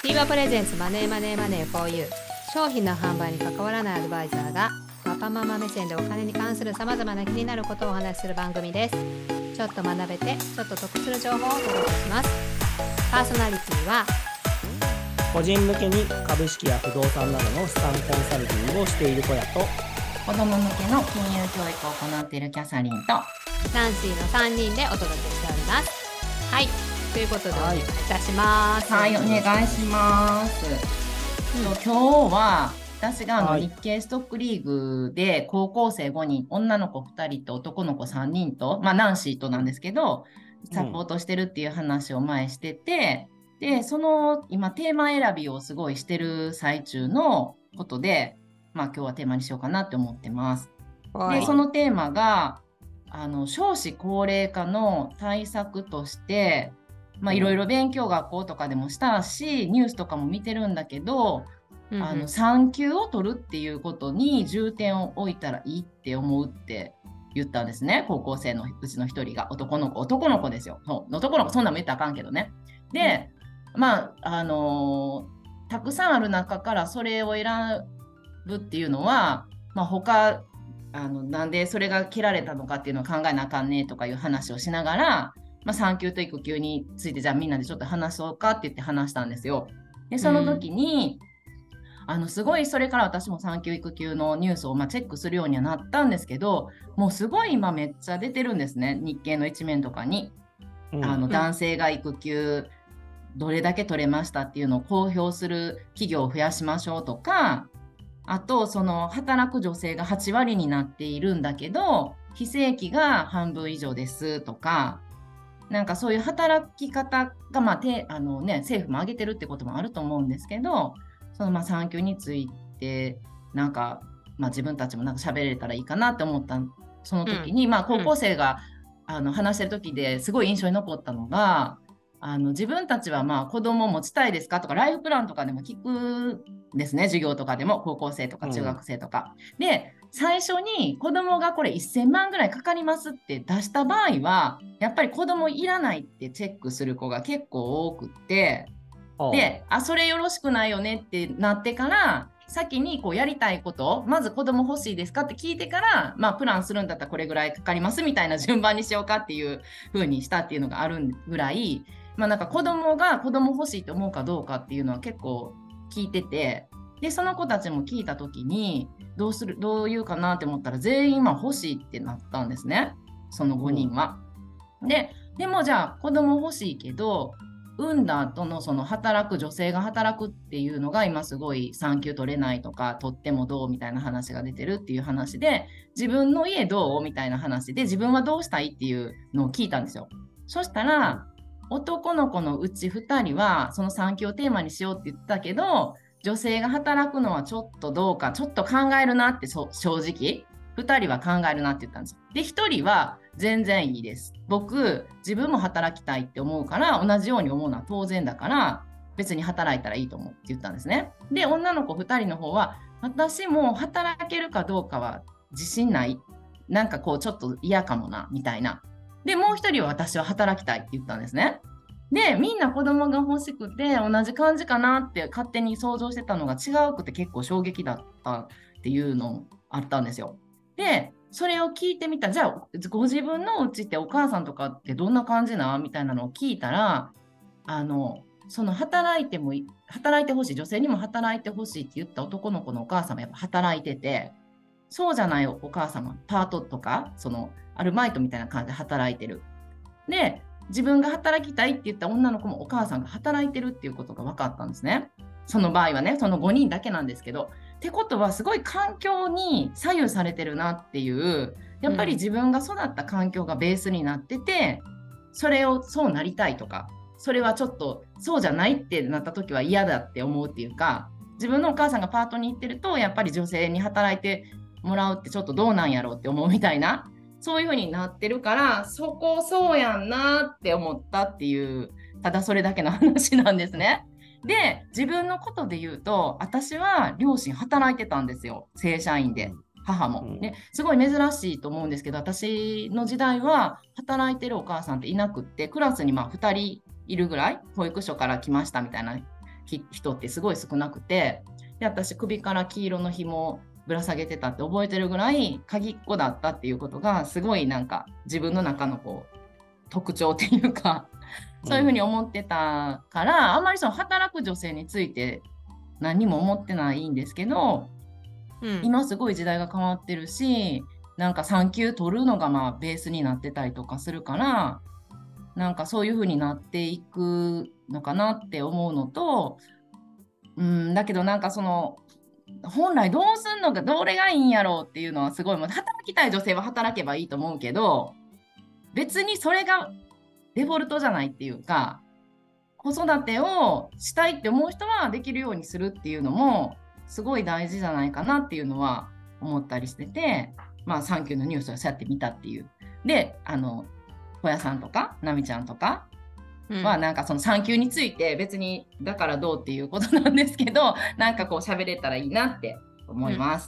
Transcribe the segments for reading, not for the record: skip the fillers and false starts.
ティーバプレゼンツマネーマネーマネー 4U。 商品の販売に関わらないアドバイザーがパパママ目線でお金に関するさまざまな気になることをお話しする番組です。ちょっと学べてちょっと得する情報をお届けします。パーソナリティは個人向けに株式や不動産などの資産コンサルティングをしている小屋と、 子ども向けの金融教育を行っているキャサリンとナンシーの3人でお届けしております。はい、ということでお願いいたします。 はい、お願いします。今日は私が日経ストックリーグで高校生5人、女の子2人と男の子3人と、ナンシーとなんですけど、サポートしてるっていう話を前してて、で、その今テーマ選びをすごいしてる最中のことで、今日はテーマにしようかなって思ってます。で、そのテーマが、少子高齢化の対策として、いろいろ勉強学校とかでもしたし、ニュースとかも見てるんだけど、産休を取るっていうことに重点を置いたらいいって思うって言ったんですね。高校生のうちの一人が男の子ですよ。男の子そんなの言ったらあかんけどね。で、たくさんある中からそれを選ぶっていうのは、他なんでそれが切られたのかっていうのを考えなあかんねとかいう話をしながら、産休と育休についてじゃあみんなでちょっと話そうかって言って話したんですよ。でその時に、すごいそれから私も産休育休のニュースをチェックするようにはなったんですけど、もうすごい今めっちゃ出てるんですね、日経の一面とかに。男性が育休どれだけ取れましたっていうのを公表する企業を増やしましょうとか、あとその働く女性が8割になっているんだけど非正規が半分以上ですとか、なんかそういう働き方が政府も上げてるってこともあると思うんですけど、その産休についてなんか、自分たちもなんか喋れたらいいかなって思ったその時に、高校生が話してる時ですごい印象に残ったのが、自分たちは子供持ちたいですかとかライフプランとかでも聞くんですね、授業とかでも高校生とか中学生とか、で最初に子供がこれ1000万ぐらいかかりますって出した場合はやっぱり子供いらないってチェックする子が結構多くって、でそれよろしくないよねってなってから先にやりたいことまず子供欲しいですかって聞いてから、プランするんだったらこれぐらいかかりますみたいな順番にしようかっていう風にしたっていうのがあるぐらい、なんか子供が子供欲しいと思うかどうかっていうのは結構聞いてて、でその子たちも聞いた時にどういうかなって思ったら全員欲しいってなったんですね、その5人は。でもじゃあ子供欲しいけど産んだ後のその女性が働くっていうのが今すごい産休取れないとか取ってもどうみたいな話が出てるっていう話で、自分の家どうみたいな話で自分はどうしたいっていうのを聞いたんですよ。そしたら男の子のうち2人はその産休をテーマにしようって言ったけど、女性が働くのはちょっとどうかちょっと考えるなって正直2人は考えるなって言ったんです。で1人は全然いいです、僕自分も働きたいって思うから同じように思うのは当然だから別に働いたらいいと思うって言ったんですね。で女の子2人の方は私も働けるかどうかは自信ない、なんかちょっと嫌かもなみたいな。でもう1人は私は働きたいって言ったんですね。でみんな子供が欲しくて同じ感じかなって勝手に想像してたのが違うくて結構衝撃だったっていうのあったんですよ。でそれを聞いてみた、じゃあご自分のうちってお母さんとかってどんな感じなみたいなのを聞いたら、その働いてほしい女性にも働いてほしいって言った男の子のお母さんもやっぱ働いてて、そうじゃないお母様パートとかそのアルバイトみたいな感じで働いてる。で自分が働きたいって言った女の子もお母さんが働いてるっていうことが分かったんですね。その場合はね、その5人だけなんですけど、ってことはすごい環境に左右されてるなっていう、やっぱり自分が育った環境がベースになってて、それをそうなりたいとか、それはちょっとそうじゃないってなった時は嫌だって思うっていうか、自分のお母さんがパートに行ってるとやっぱり女性に働いてもらうってちょっとどうなんやろうって思うみたいな、そういう風になってるから、そこそうやんなって思ったっていう、ただそれだけの話なんですね。で自分のことで言うと、私は両親働いてたんですよ、正社員で。母も、すごい珍しいと思うんですけど、私の時代は働いてるお母さんっていなくって、クラスに2人いるぐらい、保育所から来ましたみたいな人ってすごい少なくて、で私首から黄色の紐ぶら下げてたって覚えてるぐらい鍵っ子だったっていうことがすごいなんか自分の中のこう特徴っていうかそういうふうに思ってたから、あんまりその働く女性について何も思ってないんですけど、今すごい時代が変わってるし、なんか産休取るのがまあベースになってたりとかするから、なんかそういう風になっていくのかなって思うのと、だけどなんかその本来どうすんのかどれがいいんやろうっていうのはすごい、もう働きたい女性は働けばいいと思うけど、別にそれがデフォルトじゃないっていうか、子育てをしたいって思う人はできるようにするっていうのもすごい大事じゃないかなっていうのは思ったりしてて、まあ産休のニュースをそうやって見たっていう。で、小屋さんとかなみちゃんとかはなんかその産休について別にだからどうっていうことなんですけど、なんかこう喋れたらいいなって思います。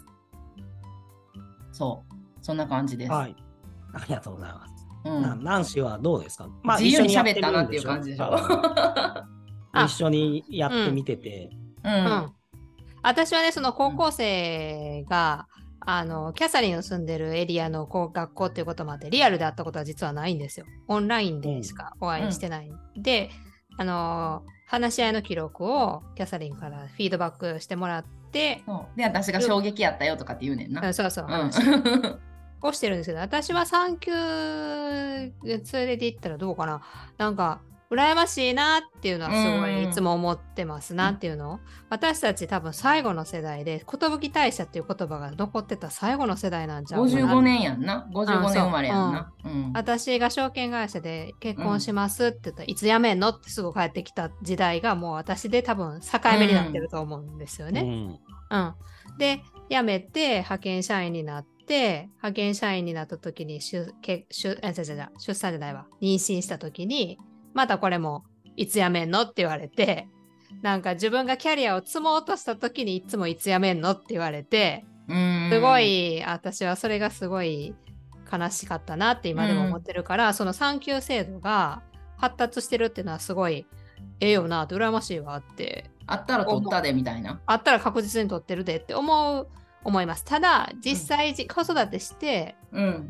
そんな感じです。 はい、ありがとうございます。ナンシーはどうですか？ まあ、自由に喋ったなっていう感じでしょ。 一緒にやってみてて。 私はね、その高校生が、キャサリンの住んでるエリアの学校っていうこともあって、リアルで会ったことは実はないんですよ。オンラインでしかお会いしてない。で、話し合いの記録をキャサリンからフィードバックしてもらって、 で、私が衝撃やったよとかって言うねんな。 そう、をしてるんですけど、私は産休連れて行ったらどうかな。なんか羨ましいなっていうのはすごいいつも思ってます。なんていうの？私たち多分最後の世代で、寿大社っていう言葉が残ってた最後の世代なんじゃん。 55年やんな。55年生まれやんな。 私が証券会社で結婚しますって言ったら、いつ辞めんのってすぐ帰ってきた時代がもう私で多分境目になってると思うんですよね。で、辞めて派遣社員になって、派遣社員になった時に出産じゃないわ、妊娠した時にまたこれもいつ辞めんのって言われて、なんか自分がキャリアを積もうとした時にいつもいつ辞めんのって言われて、すごい私はそれがすごい悲しかったなって今でも思ってるから、その産休制度が発達してるっていうのはすごいええよなって羨ましいわって、 あったら取ったでみたいな、 あったら確実に取ってるでって思います。ただ実際、子育てして、今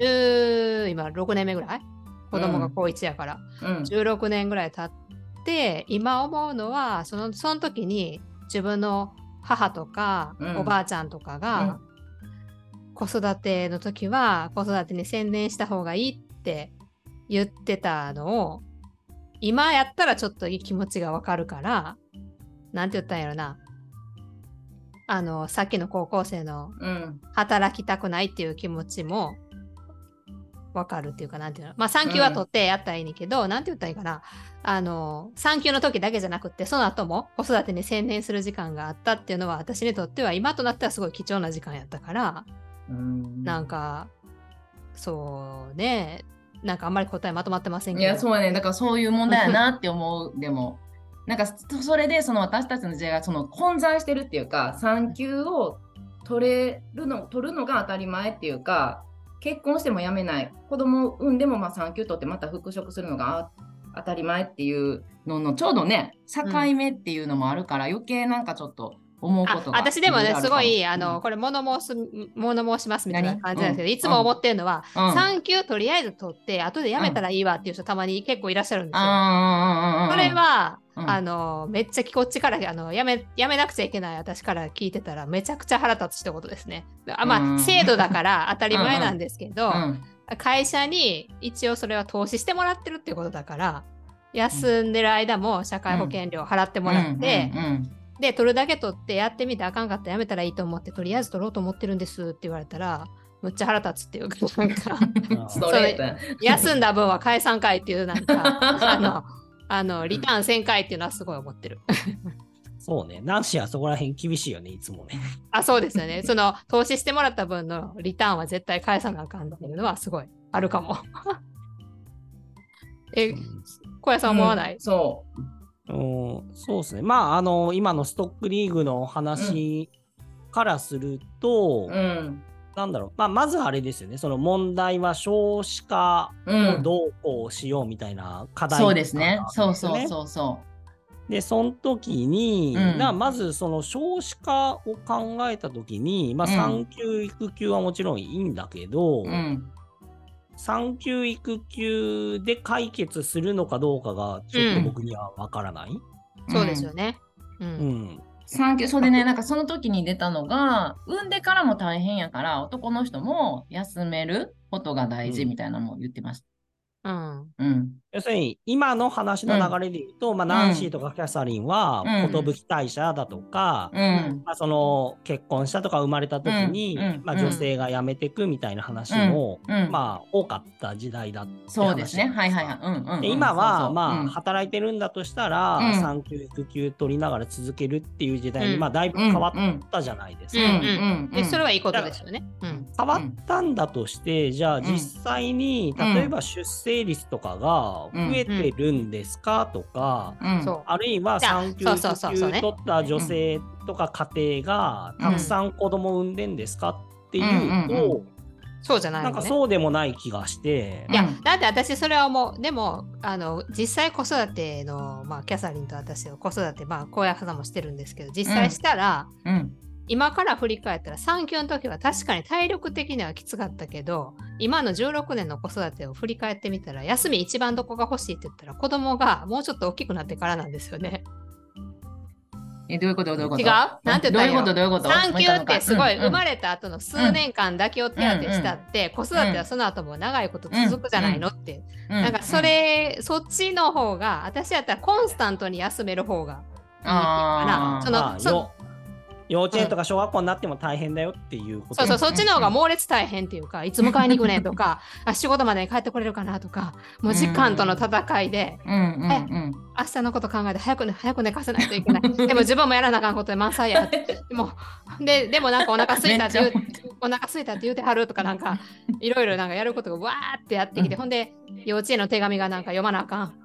6年目ぐらい、子供が高1やから、16年ぐらい経って今思うのは、その時に自分の母とか、おばあちゃんとかが、子育ての時は子育てに専念した方がいいって言ってたのを今やったらちょっと気持ちがわかるから、なんて言ったんやろな、さっきの高校生の働きたくないっていう気持ちもわかるっていうか、なんていうの、まあ産休は取ってやったらいいねんけど、なんて言ったらいいかな、産休の時だけじゃなくってその後も子育てに専念する時間があったっていうのは、私にとっては今となってはすごい貴重な時間やったから、なんかそうね、なんかあんまり答えまとまってませんけど。 いや、そうね、だからそういう問題やなって思う。でもなんかそれでその私たちの時代がその混在してるっていうか、産休を取るのが当たり前っていうか、結婚しても辞めない、子供を産んでもまあ産休取ってまた復職するのが当たり前っていうののちょうどね境目っていうのもあるから、余計なんかちょっと思うことが私でもね、すごいこれ物申しますみたいな感じなんですけど、いつも思ってるのは、産休とりあえず取って後で辞めたらいいわっていう人たまに結構いらっしゃるんですよ。それはめっちゃこっちから辞めなくちゃいけない私から聞いてたらめちゃくちゃ腹立つってことですね。まあ制度だから当たり前なんですけど、会社に一応それは投資してもらってるっていうことだから、休んでる間も社会保険料払ってもらって、で取るだけ取ってやってみてあかんかったらやめたらいいと思って、とりあえず取ろうと思ってるんですって言われたらむっちゃ腹立つっていうか、なんか休んだ分は返さんかいっていう、なんかリターン1000回っていうのはすごい思ってる。 そうね、ナンシーはそこら辺厳しいよね、いつもね。 そうですよね。その投資してもらった分のリターンは絶対返さなあかんっていうのはすごいあるかも。小屋さん思わない？ そうですね。まあ今のストックリーグの話からすると、なんだろう、まずあれですよね。その問題は少子化をどうこうしようみたいな課題、 そうですね。そう。 で、その時に、まずその少子化を考えた時に、産休育休はもちろんいいんだけど、産休育休で解決するのかどうかがちょっと僕にはわからない。 そうですよね。 産休、それでね、なんかその時に出たのが、産んでからも大変やから、男の人も休めることが大事みたいなのも言ってました。 要するに今の話の流れで言うと、ナンシーとかキャサリンは寿退社だとか、その結婚したとか生まれた時に、女性が辞めてくみたいな話も、多かった時代だって話。 そうですね。 今は働いてるんだとしたら、産休育休取りながら続けるっていう時代にだいぶ変わったじゃないですか。 それはいいことですよね。 変わったんだとして、じゃあ実際に例えば出生率とかが増えてるんですかとか、あるいは産休育休取った女性とか家庭がたくさん子供を産んでんですかっていうと、 そうじゃないのね。 なんかそうでもない気がして。 いや、だって私それは思う。でも実際子育ての、キャサリンと私は子育て高野さんもしてるんですけど、実際したら、今から振り返ったら産休の時は確かに体力的にはきつかったけど、今の16年の子育てを振り返ってみたら、休み一番どこが欲しいって言ったら子供がもうちょっと大きくなってからなんですよね。 どういうこと違うなんて言ったらいいの？ どういうこと産休ってすごい生まれた後の数年間だけを手当てしたって、子育てはその後も長いこと続くじゃないのって。なんかそっちの方が、私やったらコンスタントに休める方がいいっていうかな。 幼稚園とか小学校になっても大変だよっていうこと、 そっちの方が猛烈大変っていうか、いつ迎えに行くねんとか仕事までに帰ってこれるかなとか、もう時間との戦いで、明日のこと考えて早く寝かせないといけないでも自分もやらなあかんことで満載やでもなんかお腹空いたって言うてはるとか、なんかいろいろなんかやることがわーってやってきて、ほんで幼稚園の手紙がなんか読まなあかん、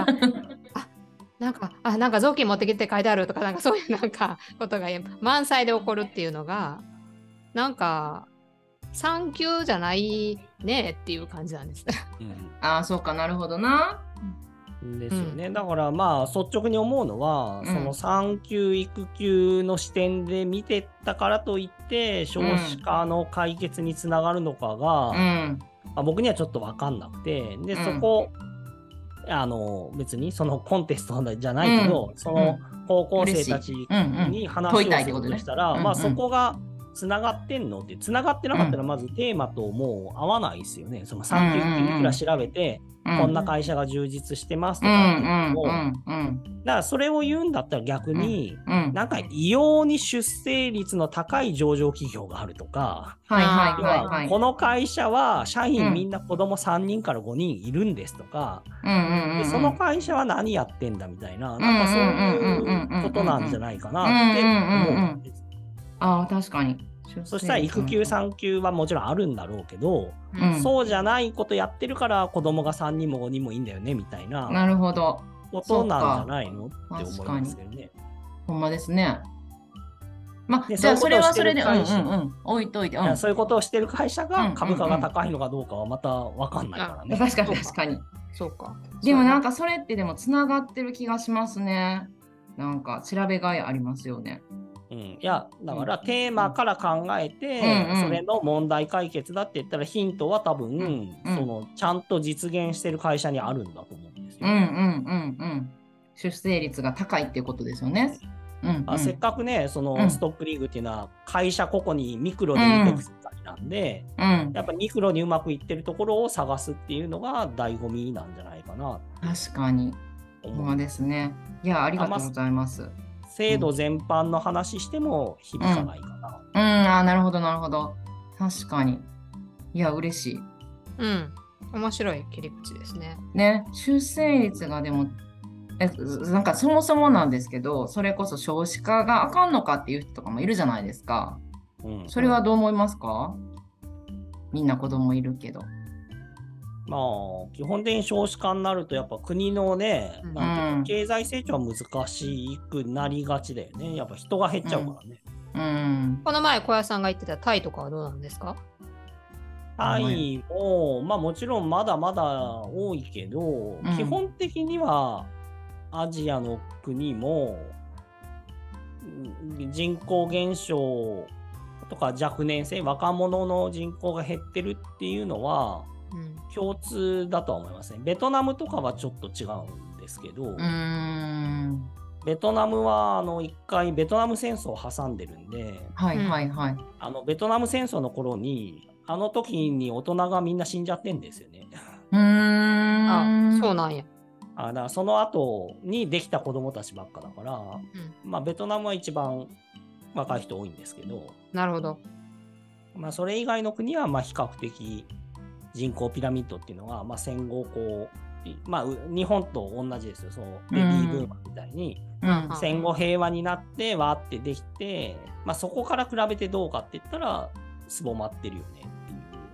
なんか雑巾持ってきて書いてあるとか、なんかそういうなんかことが満載で起こるっていうのが、なんか産休じゃないねっていう感じなんです。 そうか、なるほどな。 ですよね。だから率直に思うのは、その産休育休の視点で見てたからといって少子化の解決につながるのかが、僕にはちょっと分かんなくて、でそこ別にそのコンテストじゃないけど、その高校生たちに話をするとしたら、そこがつながってんのって、つながってなかったらまずテーマともう合わないですよね。その産休っていくら調べて、こんな会社が充実してますとかっていうのを、だからそれを言うんだったら逆に、なんか異様に出生率の高い上場企業があるとか、この会社は社員みんな子供3人から5人いるんですとか、でその会社は何やってんだみたいな、なんかそういうことなんじゃないかなって思うんです。 確かに。 そしたら育休産休はもちろんあるんだろうけど、そうじゃないことやってるから子供が3人も5人もいいんだよねみたいな、 なるほど、 ことなんじゃないのって思いますけどね。 ほんまですね。じゃあそれはそれで置いといて、 そういうことをしてる会社が株価が高いのかどうかはまた分かんないからね。 確かに。 そうか。 でもなんかそれってでもつながってる気がしますね。なんか調べがいありますよね。 いやだからテーマから考えて、それの問題解決だって言ったらヒントは多分、そのちゃんと実現してる会社にあるんだと思うんですよ。 出生率が高いっていうことですよね。 せっかくねそのストックリーグっていうのは会社個々にミクロで見ていく世界なんで、やっぱりミクロにうまくいってるところを探すっていうのが醍醐味なんじゃないかな。 確かに。ほんまですね。いや、ありがとうございます。 制度全般の話しても響かないかな。 なるほどなるほど。確かに。いや、嬉しい。 面白い切り口ですね。 ね、出生率がでもなんかそもそもなんですけど、それこそ少子化があかんのかっていう人とかもいるじゃないですか。それはどう思いますか？みんな子供いるけど。 基本的に少子化になるとやっぱ国のね、なんていうか経済成長は難しくなりがちだよね。やっぱ人が減っちゃうからね。 この前小屋さんが言ってたタイとかはどうなんですか？ タイももちろんまだまだ多いけど、基本的にはアジアの国も人口減少とか若年性、若者の人口が減ってるっていうのは共通だとは思いますね。ベトナムとかはちょっと違うんですけど、ベトナムは一回ベトナム戦争を挟んでるんで、 はいはいはい。 ベトナム戦争の頃に時に大人がみんな死んじゃってんですよね。 あ、そうなんや。 だからその後にできた子供たちばっかだから、まあベトナムは一番若い人多いんですけど。 なるほど。 まあそれ以外の国はまあ比較的人口ピラミッドっていうのが、まあ戦後こう、まあ日本と同じですよ。そうベビーブームみたいに、戦後平和になってわーってできて、まあそこから比べてどうかって言ったらすぼまってるよねっていう。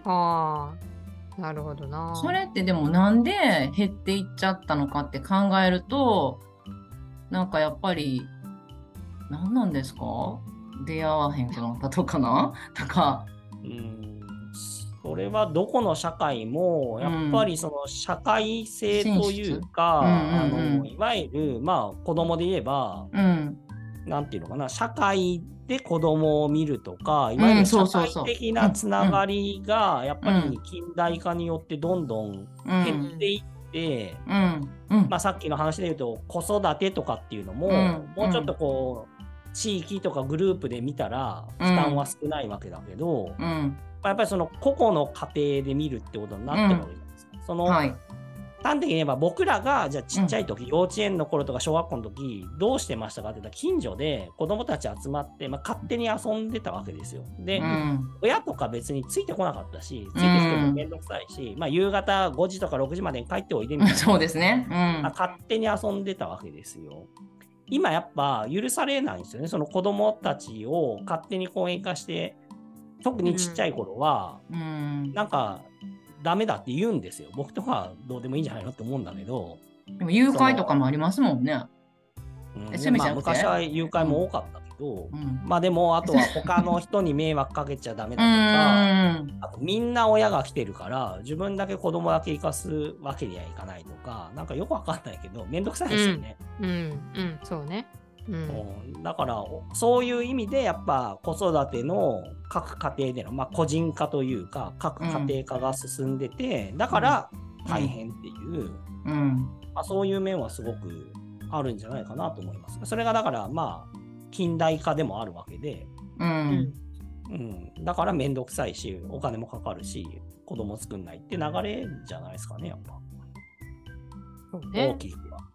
ああ、なるほどな。 それってでもなんで減っていっちゃったのかって考えると、なんかやっぱり何なんですか？出会わへんくなったとかなとか。 それはどこの社会もやっぱりその社会性というか、いわゆるまあ子供で言えば、なんていうのかな、社会で子供を見るとか、いわゆる社会的なつながりがやっぱり近代化によってどんどん減っていって、まあさっきの話で言うと子育てとかっていうのも、もうちょっとこう地域とかグループで見たら負担は少ないわけだけど、やっぱりその個々の家庭で見るってことになってるわけじゃないですか。その、端的に言えば僕らがじゃあちっちゃい時、幼稚園の頃とか小学校の時どうしてましたかって言ったら、近所で子供たち集まって、まあ、勝手に遊んでたわけですよ。で、親とか別についてこなかったし、ついてきてもめんどくさいし、まあ、夕方5時とか6時までに帰っておいでみたいな。 そうですね。 まあ、勝手に遊んでたわけですよ。今やっぱ許されないんですよね。その子供たちを勝手に公園化して、特にちっちゃい頃は、なんかダメだって言うんですよ。僕とかはどうでもいいんじゃないのって思うんだけど。 でも誘拐とかもありますもんね。 まあ、昔は誘拐も多かったけど、まあでもあとは他の人に迷惑かけちゃダメだとか、あとみんな親が来てるから自分だけ子供だけ生かすわけにはいかないとか、なんかよくわかんないけどめんどくさいですよね。 そうね。 だからそういう意味でやっぱ子育ての各家庭での、まあ、個人化というか各家庭化が進んでて、だから大変っていう、まあ、そういう面はすごくあるんじゃないかなと思います。それがだからまあ近代化でもあるわけで、だからめんどくさいしお金もかかるし子供作んないって流れじゃないですかね、やっぱ。大きくは。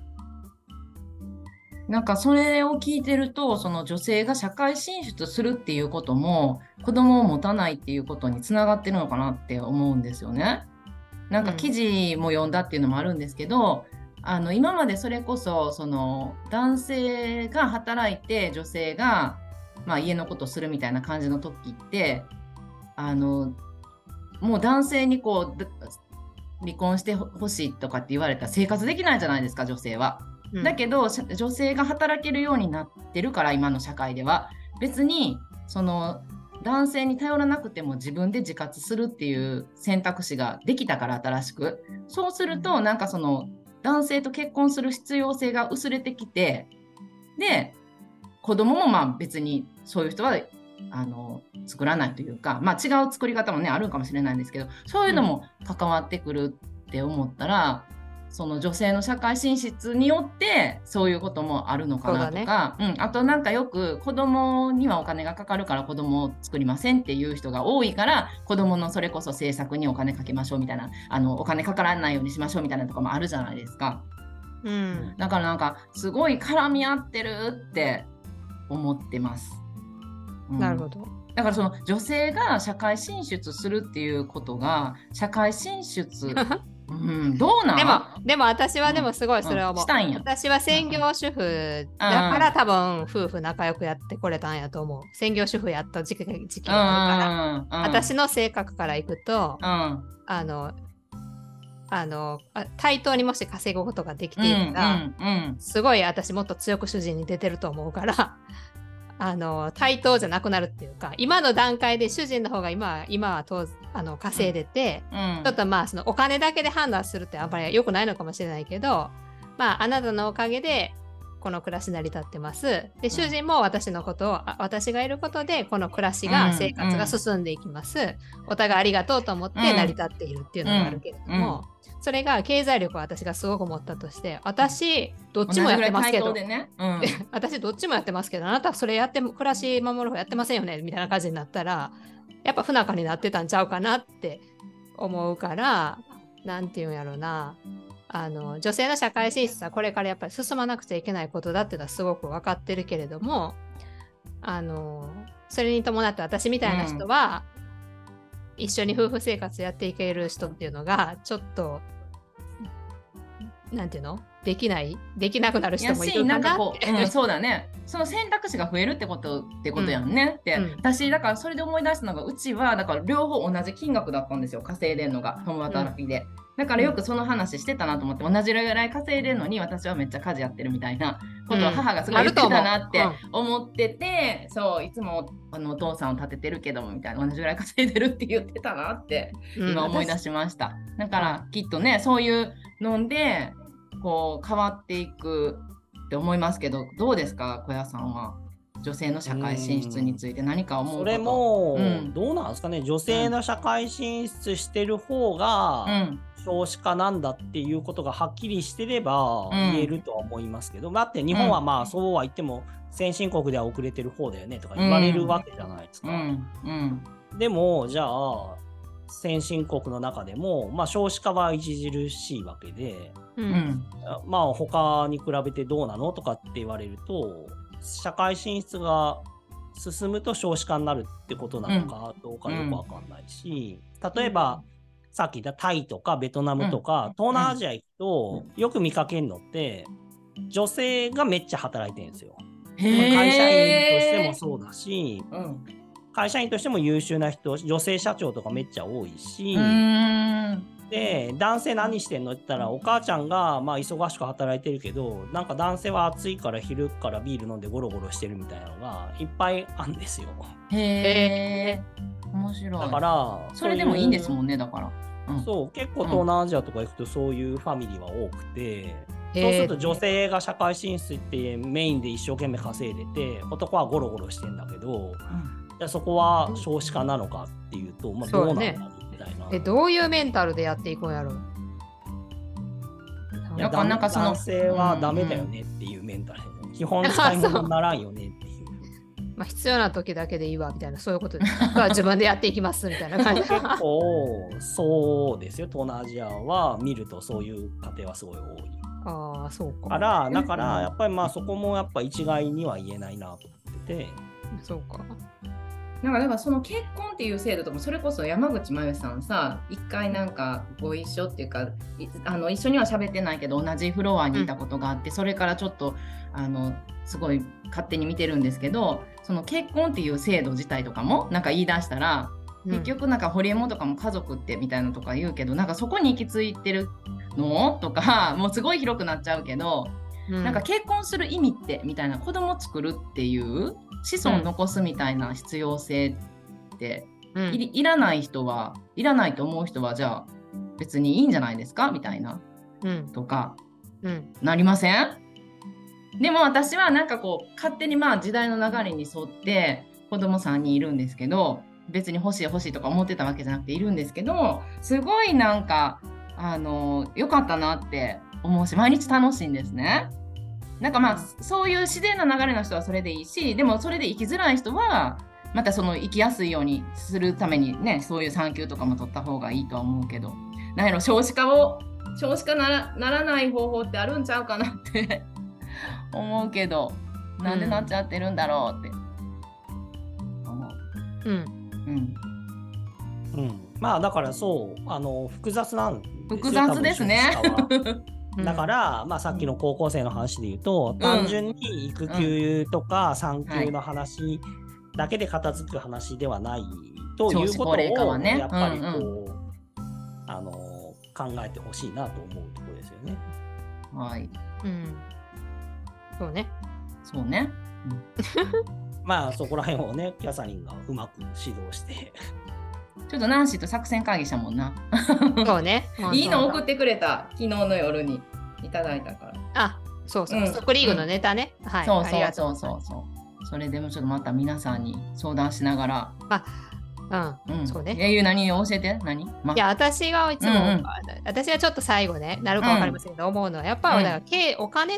なんかそれを聞いてると、その女性が社会進出するっていうことも子供を持たないっていうことにつながってるのかなって思うんですよね。なんか記事も読んだっていうのもあるんですけど、今までそれこそその男性が働いて女性が、まあ、家のことするみたいな感じの時ってもう男性にこう離婚してほしいとかって言われたら生活できないじゃないですか、女性は。だけど女性が働けるようになってるから、今の社会では別にその男性に頼らなくても自分で自活するっていう選択肢ができたから、新しく。そうするとなんかその男性と結婚する必要性が薄れてきて、で子供もまあ別にそういう人は作らないというか、まあ、違う作り方もねあるかもしれないんですけど、そういうのも関わってくるって思ったら、その女性の社会進出によってそういうこともあるのかなとか、あとなんかよく子供にはお金がかかるから子供を作りませんっていう人が多いから、子供のそれこそ政策にお金かけましょうみたいな、お金かからないようにしましょうみたいなとかもあるじゃないですか。だからなんかすごい絡み合ってるって思ってます。 なるほど。 だからその女性が社会進出するっていうことが社会進出どうなんでも私はでもすごいそれは思う。 したんや。 私は専業主婦だから多分夫婦仲良くやってこれたんやと思う。専業主婦やった時期があるから、私の性格からいくと、対等にもし稼ぐことができているら、すごい私もっと強く主人に出てると思うから対等じゃなくなるっていうか、今の段階で主人の方が今は稼いでて、ちょっとまあそのお金だけで判断するってあんまり良くないのかもしれないけど、まあなたのおかげでこの暮らし成り立ってます。で、主人も私のことを、私がいることでこの暮らしが、生活が進んでいきます。お互いありがとうと思って成り立っているっていうのがあるけれども、それが経済力を私がすごく持ったとして、私どっちもやってますけど、私どっちもやってますけど、あなたそれやって暮らし守る方やってませんよねみたいな感じになったら、やっぱ不仲になってたんちゃうかなって思うから、なんていうんやろうな、女性の社会進出はこれからやっぱり進まなくちゃいけないことだっていうのはすごく分かってるけれども、それに伴って私みたいな人は、一緒に夫婦生活やっていける人っていうのがちょっとなんていうのできなくなる人もいるかなって。 そうだね。その選択肢が増えるってことやんね、って、私だからそれで思い出したのが、うちはだから両方同じ金額だったんですよ、稼いでんのが共働きで。だからよくその話してたなと思って、同じぐらい稼いでんのに私はめっちゃ家事やってるみたいなことを母がすごい言ってたなって思ってて、そういつもお父さんを立ててるけどもみたいな、同じぐらい稼いでるって言ってたなって今思い出しました。だからきっとね、そういうのでこう変わっていくって思いますけど、どうですか小屋さんは女性の社会進出について何か思うこと。 それも、どうなんですかね、女性の社会進出してる方が少子化なんだっていうことがはっきりしてれば言えるとは思いますけど、だって日本はまあそうは言っても先進国では遅れてる方だよねとか言われるわけじゃないですか。でもじゃあ先進国の中でも、まあ、少子化は著しいわけで、まあ他に比べてどうなのとかって言われると、社会進出が進むと少子化になるってことなのかどうかよくわかんないし、例えば、さっき言ったタイとかベトナムとか、東南アジア行くとよく見かけるのって女性がめっちゃ働いてるんですよ。会社員としてもそうだし、会社員としても優秀な人、女性社長とかめっちゃ多いし、で男性何してんのって言ったら、お母ちゃんがまあ忙しく働いてるけど、なんか男性は暑いから昼からビール飲んでゴロゴロしてるみたいなのがいっぱいあるんですよ。 へー、面白い。だからそれでもいいんですもんね。だから、 そう結構東南アジアとか行くとそういうファミリーは多くて、そうすると女性が社会進出ってメインで一生懸命稼いでて、男はゴロゴロしてんだけど、じゃあそこは少子化なのかっていうと、まあ、どうなんだろうみたいな。 どういうメンタルでやっていくんやろう。 なんかその男性はダメだよねっていうメンタルで、基本使い物にならんよねっていう。 まあ必要な時だけでいいわみたいな、そういうことですか。自分でやっていきますみたいな感じ。 結構そうですよ。東南アジアは見るとそういう家庭はすごい多い。 ああ、そうか。 だからやっぱりまあそこもやっぱ一概には言えないなと思ってて。 そうか。 だからその結婚っていう制度とも、それこそ山口真由さんさ、一回なんかご一緒っていうか、一緒には喋ってないけど同じフロアにいたことがあって、それからちょっとすごい勝手に見てるんですけど、その結婚っていう制度自体とかもなんか言い出したら、結局なんかホリエモンとかも家族ってみたいなとか言うけど、なんかそこに行き着いてるのとか、もうすごい広くなっちゃうけど、なんか結婚する意味ってみたいな、子供作るっていう子孫を残すみたいな必要性って、いらない人は、いらないと思う人はじゃあ別にいいんじゃないですかみたいな、とか、なりません？でも私はなんかこう勝手にまあ時代の流れに沿って子供3人いるんですけど、別に欲しいとか思ってたわけじゃなくているんですけど、すごいなんか良かったなって思うし、毎日楽しいんですね。なんかまあそういう自然な流れの人はそれでいいし、でもそれで生きづらい人はまたその生きやすいようにするためにね、そういう産休とかも取った方がいいとは思うけど、なんやろ、少子化ならない方法ってあるんちゃうかなって思うけど、なんでなっちゃってるんだろうって思う。 まあだからそう複雑なんですよ。 複雑ですね。 だから、まあ、さっきの高校生の話で言うと、単純に育休とか産休の話だけで片付く話ではないということをやっぱりこう、考えてほしいなと思うところですよね。 はい。 そうね。 そうね。 まあそこら辺をね、キャサリンがうまく指導して。 ちょっとナンシーと作戦会議したもんな。 そうね。 いいの送ってくれた、昨日の夜にいただいたかそうそう、ストックリーグのネタね。はい。 そうそうそう。それでもちょっとまた皆さんに相談しながら。そうね。何教えて何、いや、私がいつも、私がちょっと最後ね、なるか分かりませんけど、思うのは、やっぱりだからお金って、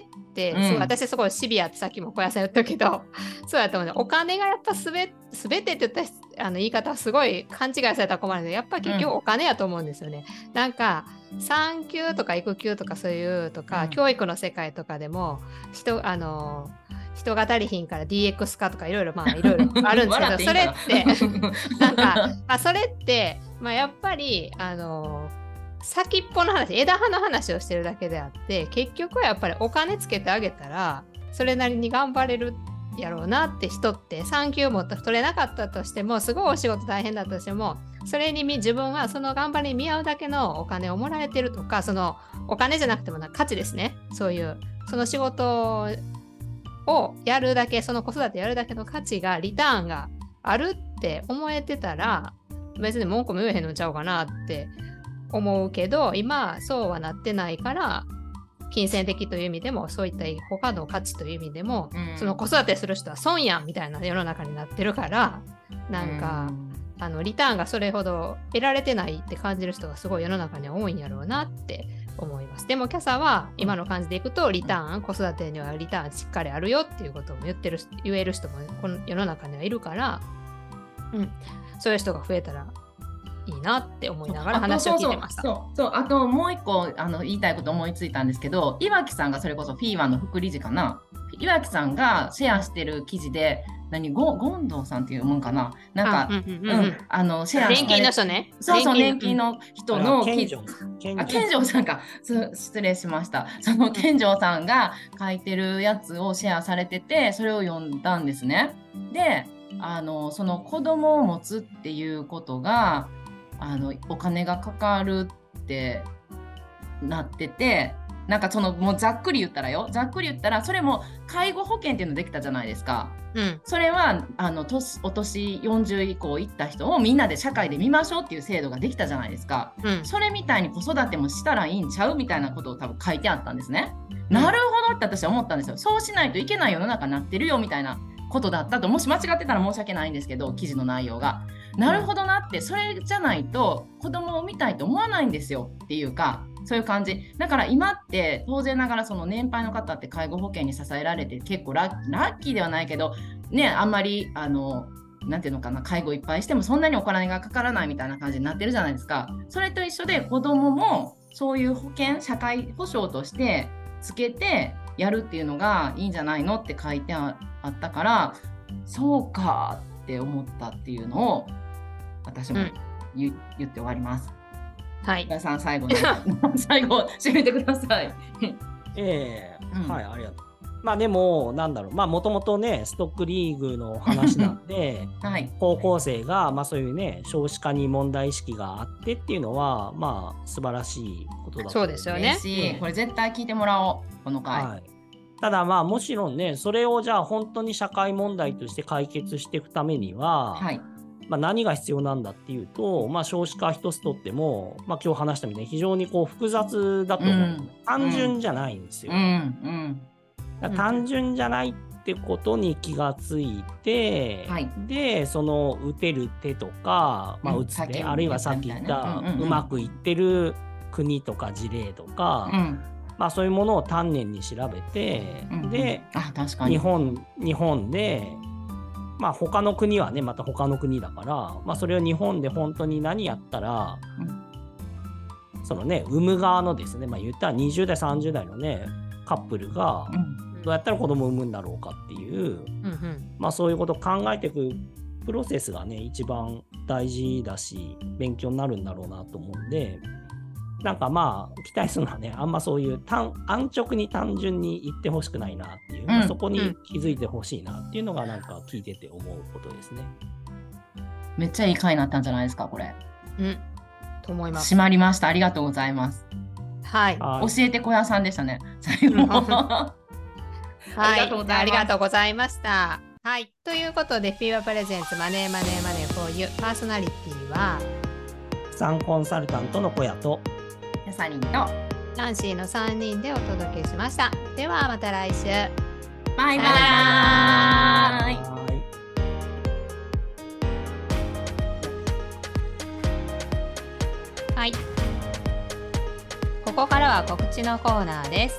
私すごいシビアってさっきも小屋さん言ったけど、そうやと思うね。お金がやっぱすべてって言った言い方はすごい勘違いされたら困るので、やっぱ結局お金やと思うんですよね。なんか、産休とか育休とかそういうとか、教育の世界とかでも、人が足りひんから DX 化とかいろいろあるんですけどそれってなんか、それってやっぱり先っぽの話、枝葉の話をしてるだけであって結局はやっぱりお金つけてあげたらそれなりに頑張れるやろうなって人って産休も取れなかったとしてもすごいお仕事大変だったとしてもそれに自分はその頑張りに見合うだけのお金をもらえてるとかそのお金じゃなくても価値ですね。そういうその仕事をやるだけその子育てやるだけの価値がリターンがあるって思えてたら別に文句も言えへんのちゃうかなって思うけど今そうはなってないから金銭的という意味でもそういった他の価値という意味でも、その子育てする人は損やんみたいな世の中になってるからなんか、リターンがそれほど得られてないって感じる人がすごい世の中には多いんやろうなって思います。でもキャサは今の感じでいくとリターン、子育てにはリターンしっかりあるよっていうことを言える人もこの世の中にはいるから、そういう人が増えたらいいなって思いながら話を聞いてました。 あともう一個言いたいこと思いついたんですけど、岩木さんがそれこそフィーワの副理事かな、岩木さんがシェアしてる記事でゴンドウさんっていうもんかな、なんかシェア年金の人ね。 そう年金の人の健丈さんか、失礼しました。その健丈さんが書いてるやつをシェアされててそれを読んだんですね。でその子供を持つっていうことがお金がかかるってなってて、なんかもうざっくり言ったらそれも介護保険っていうのできたじゃないですか。それはお年40以降いった人をみんなで社会で見ましょうっていう制度ができたじゃないですか。それみたいに子育てもしたらいいんちゃうみたいなことを多分書いてあったんですね。なるほどって私は思ったんですよ。そうしないといけない世の中になってるよみたいなことだったと、もし間違ってたら申し訳ないんですけど記事の内容がなるほどなって、それじゃないと子供を産みたいと思わないんですよっていうか、そういう感じだから今って当然ながらその年配の方って介護保険に支えられて結構ラッキーではないけどね、あんまりなんていうのかな、介護いっぱいしてもそんなにお金がかからないみたいな感じになってるじゃないですか。それと一緒で子供もそういう保険社会保障としてつけてやるっていうのがいいんじゃないのって書いてあったから、そうかって思ったっていうのを私も言って終わります。はい。さん最後締めてください。 はい、ありがとう。でもなんだろう、もともとねストックリーグの話なんで、高校生がそういうね少子化に問題意識があってっていうのは素晴らしいことだと思う。 そうですよね。 これ絶対聞いてもらおうこの回。 ただもちろんねそれをじゃあ本当に社会問題として解決していくためには、何が必要なんだっていうと、少子化一つとっても、今日話したみたいに非常に複雑だと思う、単純じゃないんですよ。単純じゃないってことに気がついて、でその打てる手とか、打つ手、あるいはさっき言ったうまくいってる国とか事例とか、そういうものを丹念に調べて、で日本で他の国はねまた他の国だから、それを日本で本当に何やったら、そのね産む側のですね、言ったら20代30代のねカップルがどうやったら子供を産むんだろうかっていう、そういうことを考えていくプロセスがね一番大事だし勉強になるんだろうなと思うんで、なんか期待するのはねあんまそういう安直に単純に言ってほしくないなっていう、そこに気づいてほしいなっていうのがなんか聞いてて思うことですね。 めっちゃいい回になったんじゃないですかこれ。 と思います。 締まりました。ありがとうございます。教えて小屋さんでしたね最後。ありがとうございました。ということでフィーバープレゼンツマネーマネーマネーフォーユーパーソナリティは資産コンサルタントの小屋とキャサリンとナンシーの3人でお届けしました。ではまた来週。 バイバイ。 はい。ここからは告知のコーナーです。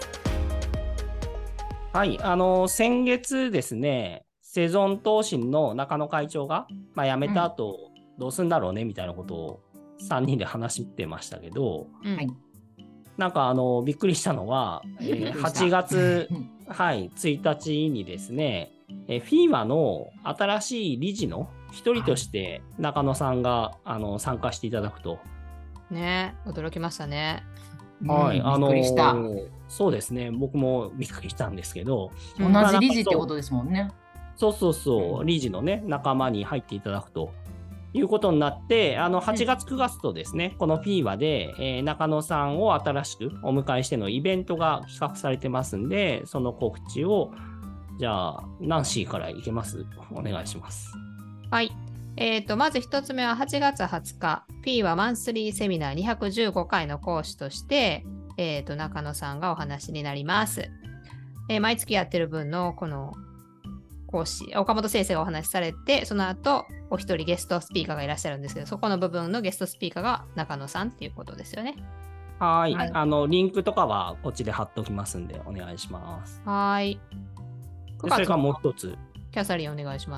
はい、先月ですね、セゾン東進の中野会長が、辞めた後、どうすんだろうねみたいなことを3人で話してましたけど、なんかびっくりしたのは、8月、はい、1日にですね、FIMA の新しい理事の一人として中野さんが参加していただくと。 ね、驚きましたね。 はい、びっくりした。 そうですね、僕もびっくりしたんですけど。 同じ理事ってことですもんね。 そう、理事のね、仲間に入っていただくということになって、8月9月とですね、この FIMA で、中野さんを新しくお迎えしてのイベントが企画されてますんで、その告知を、じゃあ、ナンシーからいけます？お願いします。 はい。まず1つ目は8月20日、FIMAマンスリーセミナー215回の講師として、中野さんがお話になります。毎月やってる分のこの講師、岡本先生がお話しされて、その後、お一人ゲストスピーカーがいらっしゃるんですけど、そこの部分のゲストスピーカーが中野さんっていうことですよね。 はい。リンクとかはこっちで貼っておきますんで、お願いします。 はい。 それからもう一つ。 キャサリンお願いします。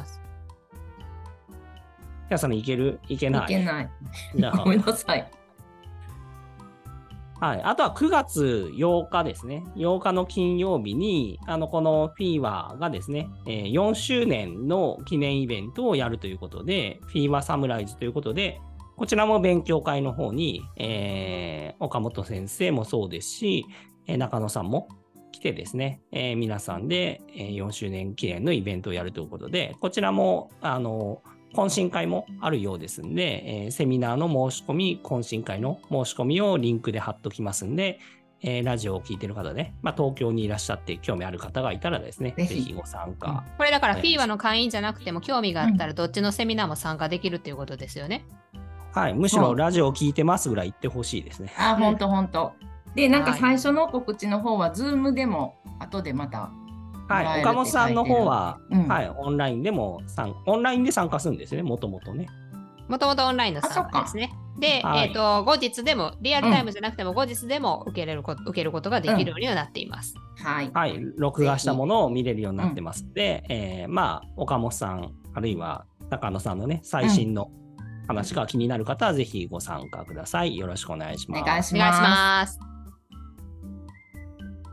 キャサリンいける？いけない？ いけない。ごめんなさい。 はい、あとは9月8日ですね。8日の金曜日に、この FIMA がですね、4周年の記念イベントをやるということで、FIMA サムライズということで、こちらも勉強会の方に、岡本先生もそうですし、中野さんも来てですね、皆さんで4周年記念のイベントをやるということで、こちらも、懇親会もあるようですんで、セミナーの申し込み、懇親会の申し込みをリンクで貼っときますんで、ラジオを聞いている方で、東京にいらっしゃって興味ある方がいたらですね、ぜひご参加。 これだから FIMA の会員じゃなくても興味があったらどっちのセミナーも参加できるっていうことですよね。 はい、むしろラジオを聞いてますぐらい言ってほしいですね。 ほんと。で、なんか最初の告知の方は Zoom でも後でまた。 はい、岡本さんの方は、はい、オンラインで参加するんですね、もともとね。 もともとオンラインの参加ですね。で、後日でも、リアルタイムじゃなくても後日でも受けることができるようにはなっています。 はい。 録画したものを見れるようになってますので、岡本さん、あるいは中野さんのね、最新の話が気になる方はぜひご参加ください。よろしくお願いします。 お願いします。